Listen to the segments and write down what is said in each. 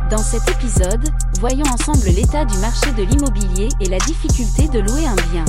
Dans cet épisode, voyons ensemble l'état du marché de l'immobilier et la difficulté de louer un bien.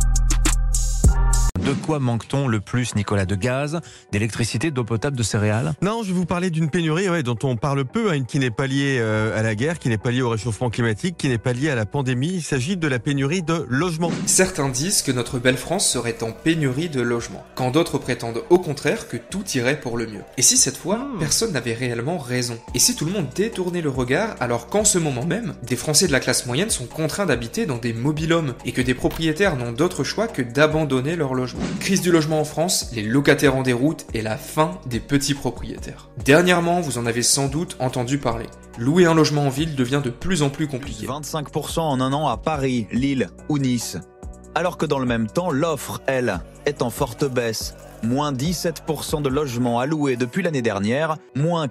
De quoi manque-t-on le plus, Nicolas? De gaz, d'électricité, d'eau potable, de céréales? Non, je vais vous parler d'une pénurie dont on parle peu, qui n'est pas liée à la guerre, qui n'est pas liée au réchauffement climatique, qui n'est pas liée à la pandémie. Il s'agit de la pénurie de logements. Certains disent que notre belle France serait en pénurie de logements, quand d'autres prétendent au contraire que tout irait pour le mieux. Et si cette fois, personne n'avait réellement raison? Et si tout le monde détournait le regard alors qu'en ce moment même, des Français de la classe moyenne sont contraints d'habiter dans des mobil-homes et que des propriétaires n'ont d'autre choix que d'abandonner leur logement? Crise du logement en France, les locataires en déroute et la fin des petits propriétaires. Dernièrement, vous en avez sans doute entendu parler. Louer un logement en ville devient de plus en plus compliqué. 25% en un an à Paris, Lille ou Nice. Alors que dans le même temps, l'offre, elle, est en forte baisse. Moins 17% de logements à louer depuis l'année dernière, moins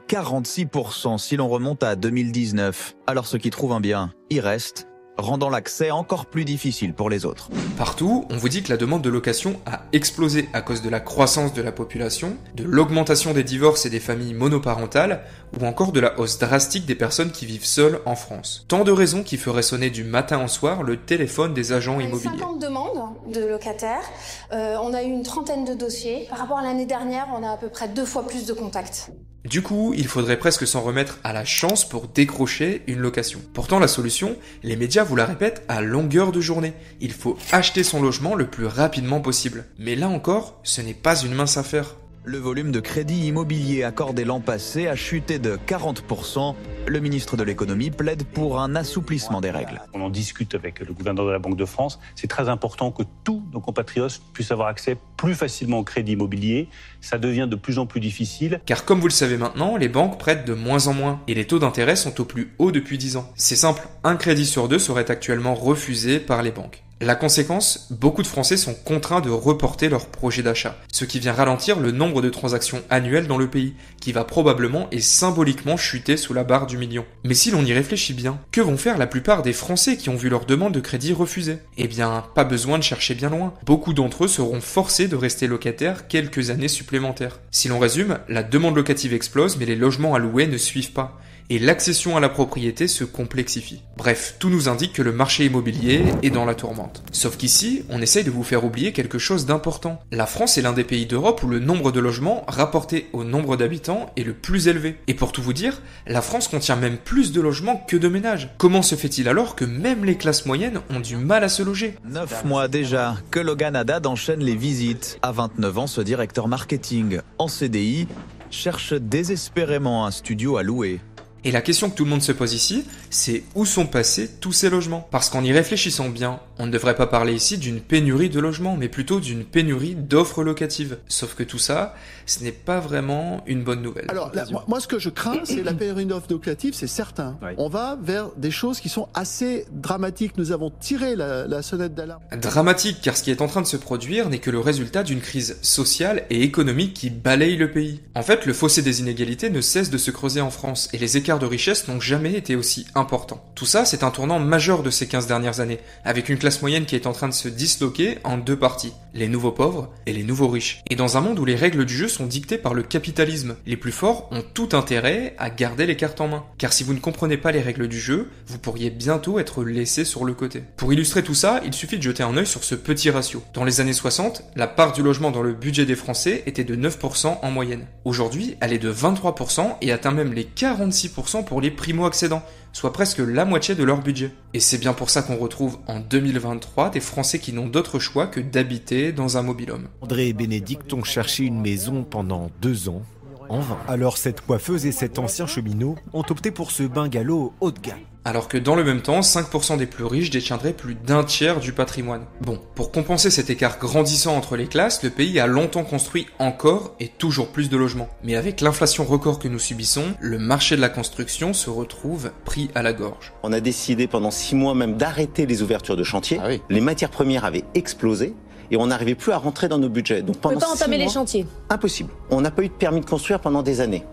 46% si l'on remonte à 2019. Alors ceux qui trouvent un bien y restent, rendant l'accès encore plus difficile pour les autres. Partout, on vous dit que la demande de location a explosé à cause de la croissance de la population, de l'augmentation des divorces et des familles monoparentales, ou encore de la hausse drastique des personnes qui vivent seules en France. Tant de raisons qui feraient sonner du matin au soir le téléphone des agents immobiliers. 50 demandes de locataires, on a eu une trentaine de dossiers. Par rapport à l'année dernière, on a à peu près 2 fois plus de contacts. Du coup, il faudrait presque s'en remettre à la chance pour décrocher une location. Pourtant, la solution, les médias vous la répètent à longueur de journée. Il faut acheter son logement le plus rapidement possible. Mais là encore, ce n'est pas une mince affaire. Le volume de crédit immobilier accordé l'an passé a chuté de 40%. Le ministre de l'économie plaide pour un assouplissement des règles. On en discute avec le gouverneur de la Banque de France. C'est très important que tous nos compatriotes puissent avoir accès plus facilement au crédit immobilier. Ça devient de plus en plus difficile. Car comme vous le savez maintenant, les banques prêtent de moins en moins et les taux d'intérêt sont au plus haut depuis 10 ans. C'est simple, un crédit sur 2 serait actuellement refusé par les banques. La conséquence, beaucoup de Français sont contraints de reporter leur projet d'achat, ce qui vient ralentir le nombre de transactions annuelles dans le pays, qui va probablement et symboliquement chuter sous la barre du million. Mais si l'on y réfléchit bien, que vont faire la plupart des Français qui ont vu leur demande de crédit refusée? Eh bien, pas besoin de chercher bien loin. Beaucoup d'entre eux seront forcés de rester locataires quelques années supplémentaires. Si l'on résume, la demande locative explose, mais les logements à louer ne suivent pas. Et l'accession à la propriété se complexifie. Bref, tout nous indique que le marché immobilier est dans la tourmente. Sauf qu'ici, on essaye de vous faire oublier quelque chose d'important. La France est l'un des pays d'Europe où le nombre de logements rapporté au nombre d'habitants est le plus élevé. Et pour tout vous dire, la France contient même plus de logements que de ménages. Comment se fait-il alors que même les classes moyennes ont du mal à se loger? 9 mois déjà que Logan Haddad enchaîne les visites. À 29 ans, ce directeur marketing en CDI cherche désespérément un studio à louer. Et la question que tout le monde se pose ici, c'est où sont passés tous ces logements? Parce qu'en y réfléchissant bien, on ne devrait pas parler ici d'une pénurie de logements, mais plutôt d'une pénurie d'offres locatives. Sauf que tout ça, ce n'est pas vraiment une bonne nouvelle. Alors, moi, ce que je crains, c'est la pénurie d'offres locatives, c'est certain. Oui. On va vers des choses qui sont assez dramatiques. Nous avons tiré la sonnette d'alarme. Dramatique, car ce qui est en train de se produire n'est que le résultat d'une crise sociale et économique qui balaye le pays. En fait, le fossé des inégalités ne cesse de se creuser en France, et les écarts de richesse n'ont jamais été aussi importants. Tout ça, c'est un tournant majeur de ces 15 dernières années, avec une classe moyenne qui est en train de se disloquer en 2 parties, les nouveaux pauvres et les nouveaux riches. Et dans un monde où les règles du jeu sont dictées par le capitalisme, les plus forts ont tout intérêt à garder les cartes en main. Car si vous ne comprenez pas les règles du jeu, vous pourriez bientôt être laissé sur le côté. Pour illustrer tout ça, il suffit de jeter un œil sur ce petit ratio. Dans les années 60, la part du logement dans le budget des Français était de 9% en moyenne. Aujourd'hui, elle est de 23% et atteint même les 46% pour les primo-accédants, soit presque la moitié de leur budget. Et c'est bien pour ça qu'on retrouve en 2023 des Français qui n'ont d'autre choix que d'habiter dans un mobil-home. André et Bénédicte ont cherché une maison pendant 2 ans, en vain. Alors cette coiffeuse et cet ancien cheminot ont opté pour ce bungalow haut de gamme. Alors que dans le même temps, 5% des plus riches détiendraient plus d'un tiers du patrimoine. Bon, pour compenser cet écart grandissant entre les classes, le pays a longtemps construit encore et toujours plus de logements. Mais avec l'inflation record que nous subissons, le marché de la construction se retrouve pris à la gorge. On a décidé pendant 6 mois même d'arrêter les ouvertures de chantier. Ah oui. Les matières premières avaient explosé. Et on n'arrivait plus à rentrer dans nos budgets. Donc pendant on ne peut pas entamer les chantiers. Impossible. On n'a pas eu de permis de construire pendant des années. Ouais.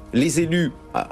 les élus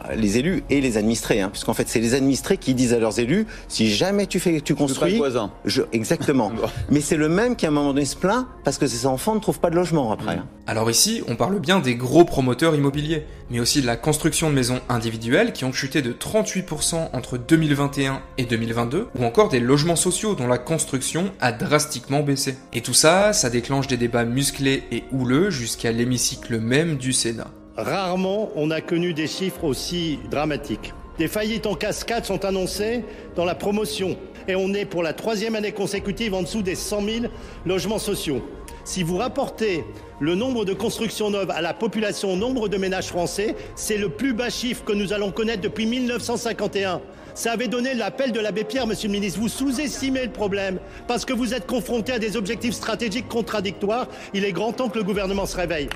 et les administrés, puisqu'en fait c'est les administrés qui disent à leurs élus, si jamais tu construis, exactement. Mais c'est le même qui à un moment donné se plaint parce que ses enfants ne trouvent pas de logement après. Alors ici, on parle bien des gros promoteurs immobiliers, mais aussi de la construction de maisons individuelles qui ont chuté de 38% entre 2021 et 2022, ou encore des logements sociaux dont la construction a drastiquement baissé. Et tout ça, ça déclenche des débats musclés et houleux jusqu'à l'hémicycle même du Sénat. Rarement on a connu des chiffres aussi dramatiques. Des faillites en cascade sont annoncées dans la promotion et on est pour la 3e année consécutive en dessous des 100 000 logements sociaux. Si vous rapportez le nombre de constructions neuves à la population, au nombre de ménages français, c'est le plus bas chiffre que nous allons connaître depuis 1951. Ça avait donné l'appel de l'abbé Pierre, monsieur le ministre. Vous sous-estimez le problème parce que vous êtes confronté à des objectifs stratégiques contradictoires. Il est grand temps que le gouvernement se réveille.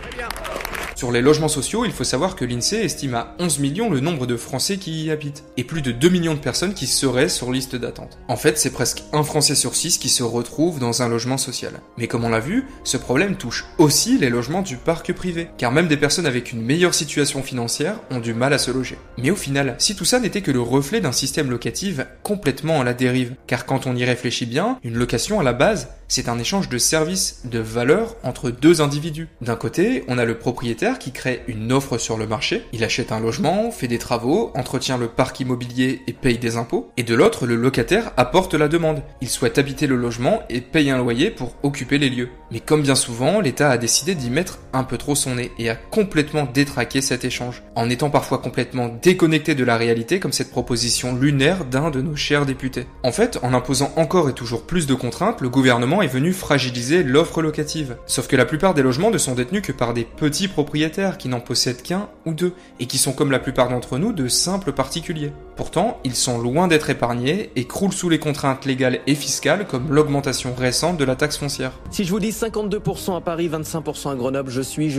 Sur les logements sociaux, il faut savoir que l'INSEE estime à 11 millions le nombre de Français qui y habitent, et plus de 2 millions de personnes qui seraient sur liste d'attente. En fait, c'est presque un Français sur 6 qui se retrouve dans un logement social. Mais comme on l'a vu, ce problème touche aussi les logements du parc privé, car même des personnes avec une meilleure situation financière ont du mal à se loger. Mais au final, si tout ça n'était que le reflet d'un système locatif complètement à la dérive, car quand on y réfléchit bien, une location à la base, c'est un échange de services, de valeurs entre deux individus. D'un côté, on a le propriétaire qui crée une offre sur le marché, il achète un logement, fait des travaux, entretient le parc immobilier et paye des impôts, et de l'autre, le locataire apporte la demande. Il souhaite habiter le logement et paye un loyer pour occuper les lieux. Mais comme bien souvent, l'État a décidé d'y mettre un peu trop son nez et a complètement détraqué cet échange, en étant parfois complètement déconnecté de la réalité comme cette proposition lunaire d'un de nos chers députés. En fait, en imposant encore et toujours plus de contraintes, le gouvernement est venu fragiliser l'offre locative. Sauf que la plupart des logements ne sont détenus que par des petits propriétaires qui n'en possèdent qu'un ou deux, et qui sont comme la plupart d'entre nous de simples particuliers. Pourtant, ils sont loin d'être épargnés et croulent sous les contraintes légales et fiscales comme l'augmentation récente de la taxe foncière. Si je vous dis 52% à Paris, 25% à Grenoble, je suis...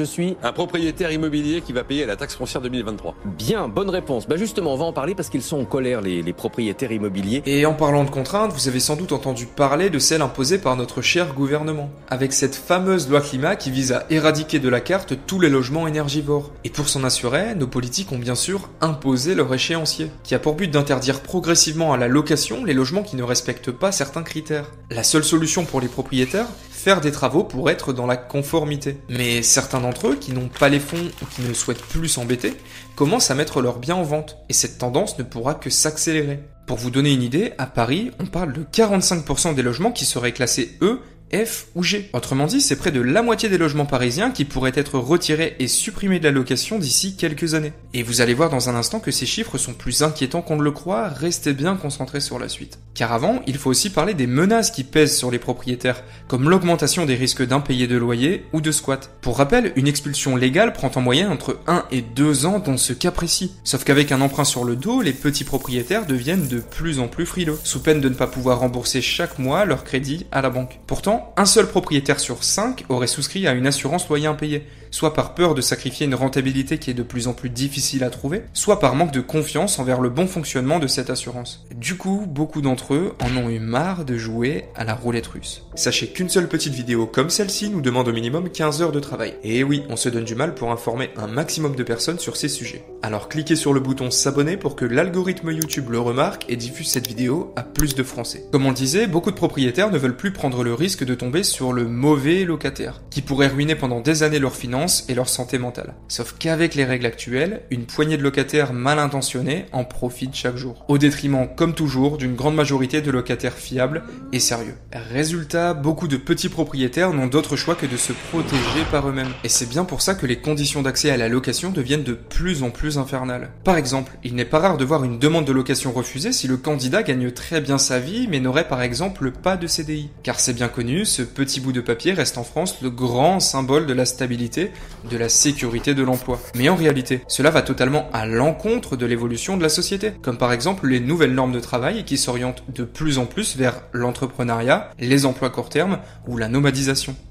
Un propriétaire immobilier qui va payer la taxe foncière 2023. Bien, bonne réponse. Justement, on va en parler parce qu'ils sont en colère, les propriétaires immobiliers. Et en parlant de contraintes, vous avez sans doute entendu parler de celles imposées par notre cher gouvernement, avec cette fameuse loi climat qui vise à éradiquer de la carte tous les logements énergivores. Et pour s'en assurer, nos politiques ont bien sûr imposé leur échéancier, qui a pour but d'interdire progressivement à la location les logements qui ne respectent pas certains critères. La seule solution pour les propriétaires, faire des travaux pour être dans la conformité. Mais certains d'entre eux, qui n'ont pas les fonds ou qui ne souhaitent plus s'embêter, commencent à mettre leurs biens en vente, et cette tendance ne pourra que s'accélérer. Pour vous donner une idée, à Paris, on parle de 45% des logements qui seraient classés E, F ou G. Autrement dit, c'est près de la moitié des logements parisiens qui pourraient être retirés et supprimés de la location d'ici quelques années. Et vous allez voir dans un instant que ces chiffres sont plus inquiétants qu'on ne le croit, restez bien concentrés sur la suite. Car avant, il faut aussi parler des menaces qui pèsent sur les propriétaires, comme l'augmentation des risques d'impayés de loyer ou de squat. Pour rappel, une expulsion légale prend en moyenne entre 1 et 2 ans dans ce cas précis. Sauf qu'avec un emprunt sur le dos, les petits propriétaires deviennent de plus en plus frileux, sous peine de ne pas pouvoir rembourser chaque mois leur crédit à la banque. Pourtant, un seul propriétaire sur 5 aurait souscrit à une assurance loyer impayé, soit par peur de sacrifier une rentabilité qui est de plus en plus difficile à trouver, soit par manque de confiance envers le bon fonctionnement de cette assurance. Du coup, beaucoup d'entre eux en ont eu marre de jouer à la roulette russe. Sachez qu'une seule petite vidéo comme celle-ci nous demande au minimum 15 heures de travail. Et oui, on se donne du mal pour informer un maximum de personnes sur ces sujets. Alors cliquez sur le bouton s'abonner pour que l'algorithme YouTube le remarque et diffuse cette vidéo à plus de Français. Comme on le disait, beaucoup de propriétaires ne veulent plus prendre le risque de tomber sur le mauvais locataire, qui pourrait ruiner pendant des années leurs finances et leur santé mentale. Sauf qu'avec les règles actuelles, une poignée de locataires mal intentionnés en profitent chaque jour, au détriment, comme toujours, d'une grande majorité de locataires fiables et sérieux. Résultat, beaucoup de petits propriétaires n'ont d'autre choix que de se protéger par eux-mêmes. Et c'est bien pour ça que les conditions d'accès à la location deviennent de plus en plus infernales. Par exemple, il n'est pas rare de voir une demande de location refusée si le candidat gagne très bien sa vie mais n'aurait par exemple pas de CDI. Car c'est bien connu, ce petit bout de papier reste en France le grand symbole de la stabilité, de la sécurité de l'emploi. Mais en réalité, cela va totalement à l'encontre de l'évolution de la société, comme par exemple les nouvelles normes de travail qui s'orientent de plus en plus vers l'entrepreneuriat, les emplois court terme ou la nomadisation.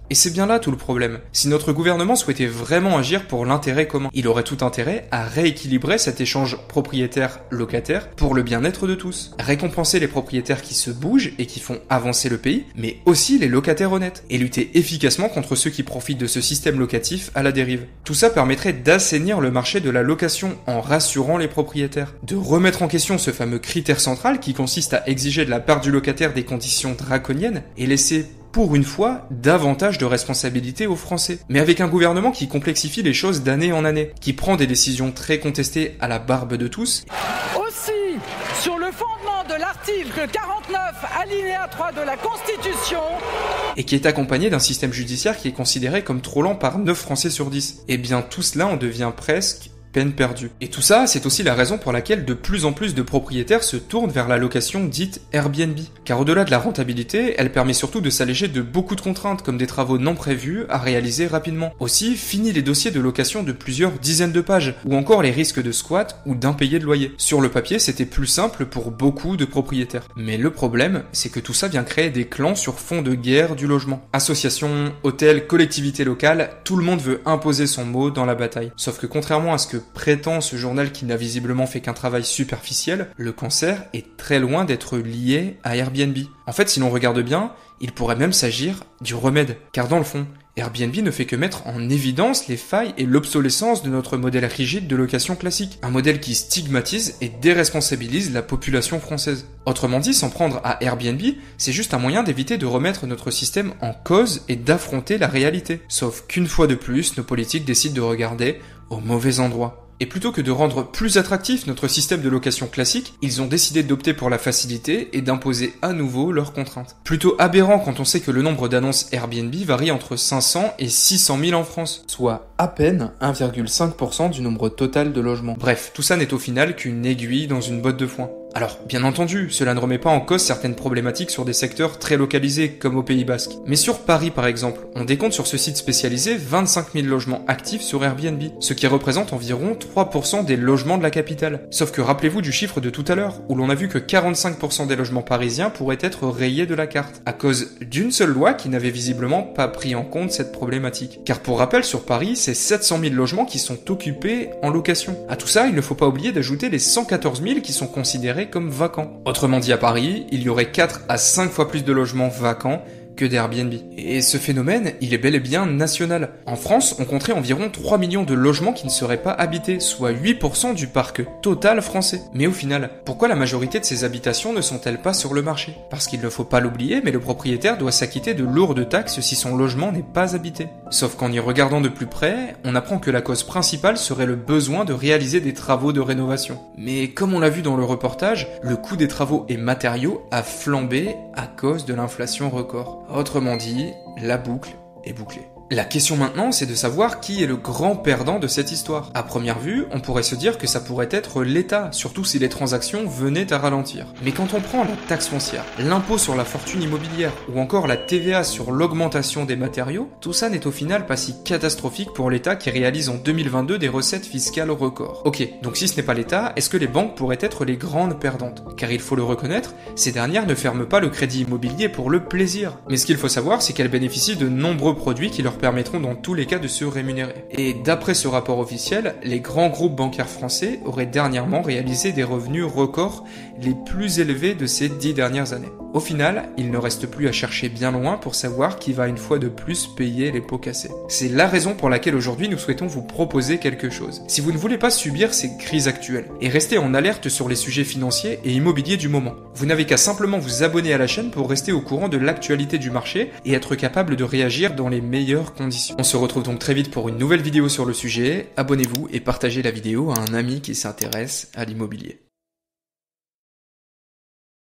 Et c'est bien là tout le problème. Si notre gouvernement souhaitait vraiment agir pour l'intérêt commun, il aurait tout intérêt à rééquilibrer cet échange propriétaire-locataire pour le bien-être de tous. Récompenser les propriétaires qui se bougent et qui font avancer le pays, mais aussi les locataires honnêtes, et lutter efficacement contre ceux qui profitent de ce système locatif à la dérive. Tout ça permettrait d'assainir le marché de la location en rassurant les propriétaires, de remettre en question ce fameux critère central qui consiste à exiger de la part du locataire des conditions draconiennes et laisser pour une fois, davantage de responsabilités aux Français. Mais avec un gouvernement qui complexifie les choses d'année en année, qui prend des décisions très contestées à la barbe de tous. Aussi, sur le fondement de l'article 49, alinéa 3 de la Constitution, et qui est accompagné d'un système judiciaire qui est considéré comme trop lent par 9 Français sur 10. Et bien tout cela en devient presque peine perdue. Et tout ça, c'est aussi la raison pour laquelle de plus en plus de propriétaires se tournent vers la location dite Airbnb. Car au-delà de la rentabilité, elle permet surtout de s'alléger de beaucoup de contraintes, comme des travaux non prévus à réaliser rapidement. Aussi, fini les dossiers de location de plusieurs dizaines de pages, ou encore les risques de squat ou d'impayés de loyer. Sur le papier, c'était plus simple pour beaucoup de propriétaires. Mais le problème, c'est que tout ça vient créer des clans sur fond de guerre du logement. Associations, hôtels, collectivités locales, tout le monde veut imposer son mot dans la bataille. Sauf que contrairement à ce que prétend ce journal qui n'a visiblement fait qu'un travail superficiel, le cancer est très loin d'être lié à Airbnb. En fait, si l'on regarde bien, il pourrait même s'agir du remède. Car dans le fond, Airbnb ne fait que mettre en évidence les failles et l'obsolescence de notre modèle rigide de location classique. Un modèle qui stigmatise et déresponsabilise la population française. Autrement dit, s'en prendre à Airbnb, c'est juste un moyen d'éviter de remettre notre système en cause et d'affronter la réalité. Sauf qu'une fois de plus, nos politiques décident de regarder au mauvais endroit. Et plutôt que de rendre plus attractif notre système de location classique, ils ont décidé d'opter pour la facilité et d'imposer à nouveau leurs contraintes. Plutôt aberrant quand on sait que le nombre d'annonces Airbnb varie entre 500 et 600 000 en France, soit à peine 1,5% du nombre total de logements. Bref, tout ça n'est au final qu'une aiguille dans une botte de foin. Alors, bien entendu, cela ne remet pas en cause certaines problématiques sur des secteurs très localisés, comme au Pays Basque. Mais sur Paris, par exemple, on décompte sur ce site spécialisé 25 000 logements actifs sur Airbnb, ce qui représente environ 3% des logements de la capitale. Sauf que rappelez-vous du chiffre de tout à l'heure, où l'on a vu que 45% des logements parisiens pourraient être rayés de la carte, à cause d'une seule loi qui n'avait visiblement pas pris en compte cette problématique. Car pour rappel, sur Paris, c'est 700 000 logements qui sont occupés en location. À tout ça, il ne faut pas oublier d'ajouter les 114 000 qui sont considérés comme vacants. Autrement dit, à Paris, il y aurait 4 à 5 fois plus de logements vacants que d'Airbnb. Et ce phénomène, il est bel et bien national. En France, on compterait environ 3 millions de logements qui ne seraient pas habités, soit 8% du parc total français. Mais au final, pourquoi la majorité de ces habitations ne sont-elles pas sur le marché? Parce qu'il ne faut pas l'oublier, mais le propriétaire doit s'acquitter de lourdes taxes si son logement n'est pas habité. Sauf qu'en y regardant de plus près, on apprend que la cause principale serait le besoin de réaliser des travaux de rénovation. Mais comme on l'a vu dans le reportage, le coût des travaux et matériaux a flambé à cause de l'inflation record. Autrement dit, la boucle est bouclée. La question maintenant, c'est de savoir qui est le grand perdant de cette histoire. À première vue, on pourrait se dire que ça pourrait être l'État, surtout si les transactions venaient à ralentir. Mais quand on prend la taxe foncière, l'impôt sur la fortune immobilière ou encore la TVA sur l'augmentation des matériaux, tout ça n'est au final pas si catastrophique pour l'État qui réalise en 2022 des recettes fiscales records. Ok, donc si ce n'est pas l'État, est-ce que les banques pourraient être les grandes perdantes? Car il faut le reconnaître, ces dernières ne ferment pas le crédit immobilier pour le plaisir. Mais ce qu'il faut savoir, c'est qu'elles bénéficient de nombreux produits qui leur permettront dans tous les cas de se rémunérer. Et d'après ce rapport officiel, les grands groupes bancaires français auraient dernièrement réalisé des revenus records les plus élevés de ces 10 dernières années. Au final, il ne reste plus à chercher bien loin pour savoir qui va une fois de plus payer les pots cassés. C'est la raison pour laquelle aujourd'hui nous souhaitons vous proposer quelque chose. Si vous ne voulez pas subir ces crises actuelles et rester en alerte sur les sujets financiers et immobiliers du moment, vous n'avez qu'à simplement vous abonner à la chaîne pour rester au courant de l'actualité du marché et être capable de réagir dans les meilleures conditions. On se retrouve donc très vite pour une nouvelle vidéo sur le sujet. Abonnez-vous et partagez la vidéo à un ami qui s'intéresse à l'immobilier.